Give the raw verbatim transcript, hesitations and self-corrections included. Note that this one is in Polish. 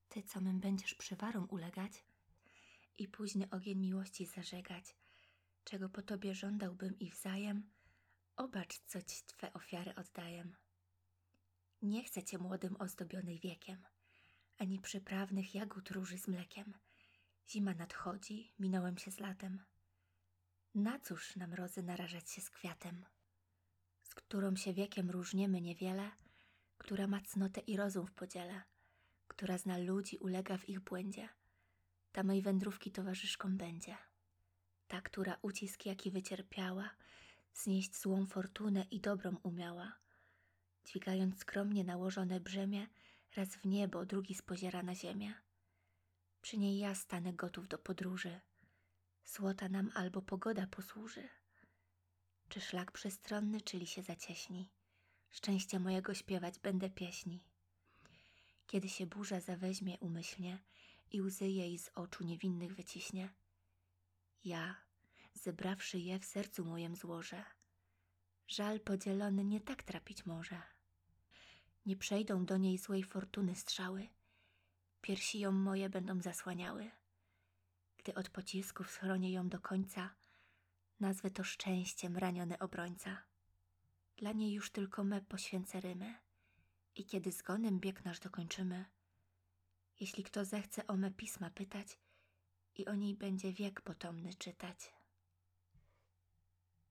Ty, co mym będziesz przywarom ulegać i późny ogień miłości zażegać, czego po tobie żądałbym i wzajem, obacz, co ci twe ofiary oddajem. Nie chcę cię młodym ozdobionej wiekiem, ani przyprawnych jagód róży z mlekiem. Zima nadchodzi, minąłem się z latem. Na cóż na mrozy narażać się z kwiatem, z którą się wiekiem różniemy niewiele, która ma cnotę i rozum w podziele, która zna ludzi, ulega w ich błędzie, ta mej wędrówki towarzyszką będzie. Ta, która ucisk jaki wycierpiała, znieść złą fortunę i dobrą umiała, dźwigając skromnie nałożone brzemię, raz w niebo, drugi spoziera na ziemię. Przy niej ja stanę gotów do podróży, złota nam albo pogoda posłuży. Czy szlak przestronny, czyli się zacieśni, szczęścia mojego śpiewać będę pieśni. Kiedy się burza zaweźmie umyślnie i łzy jej z oczu niewinnych wyciśnie, ja, zebrawszy je w sercu mojem złożę, żal podzielony nie tak trapić może. Nie przejdą do niej złej fortuny strzały, piersi ją moje będą zasłaniały. Gdy od pocisków schronię ją do końca, nazwę to szczęściem raniony obrońca. Dla niej już tylko me poświęcę rymy i kiedy zgonem bieg nasz dokończymy, jeśli kto zechce o me pisma pytać i o niej będzie wiek potomny czytać.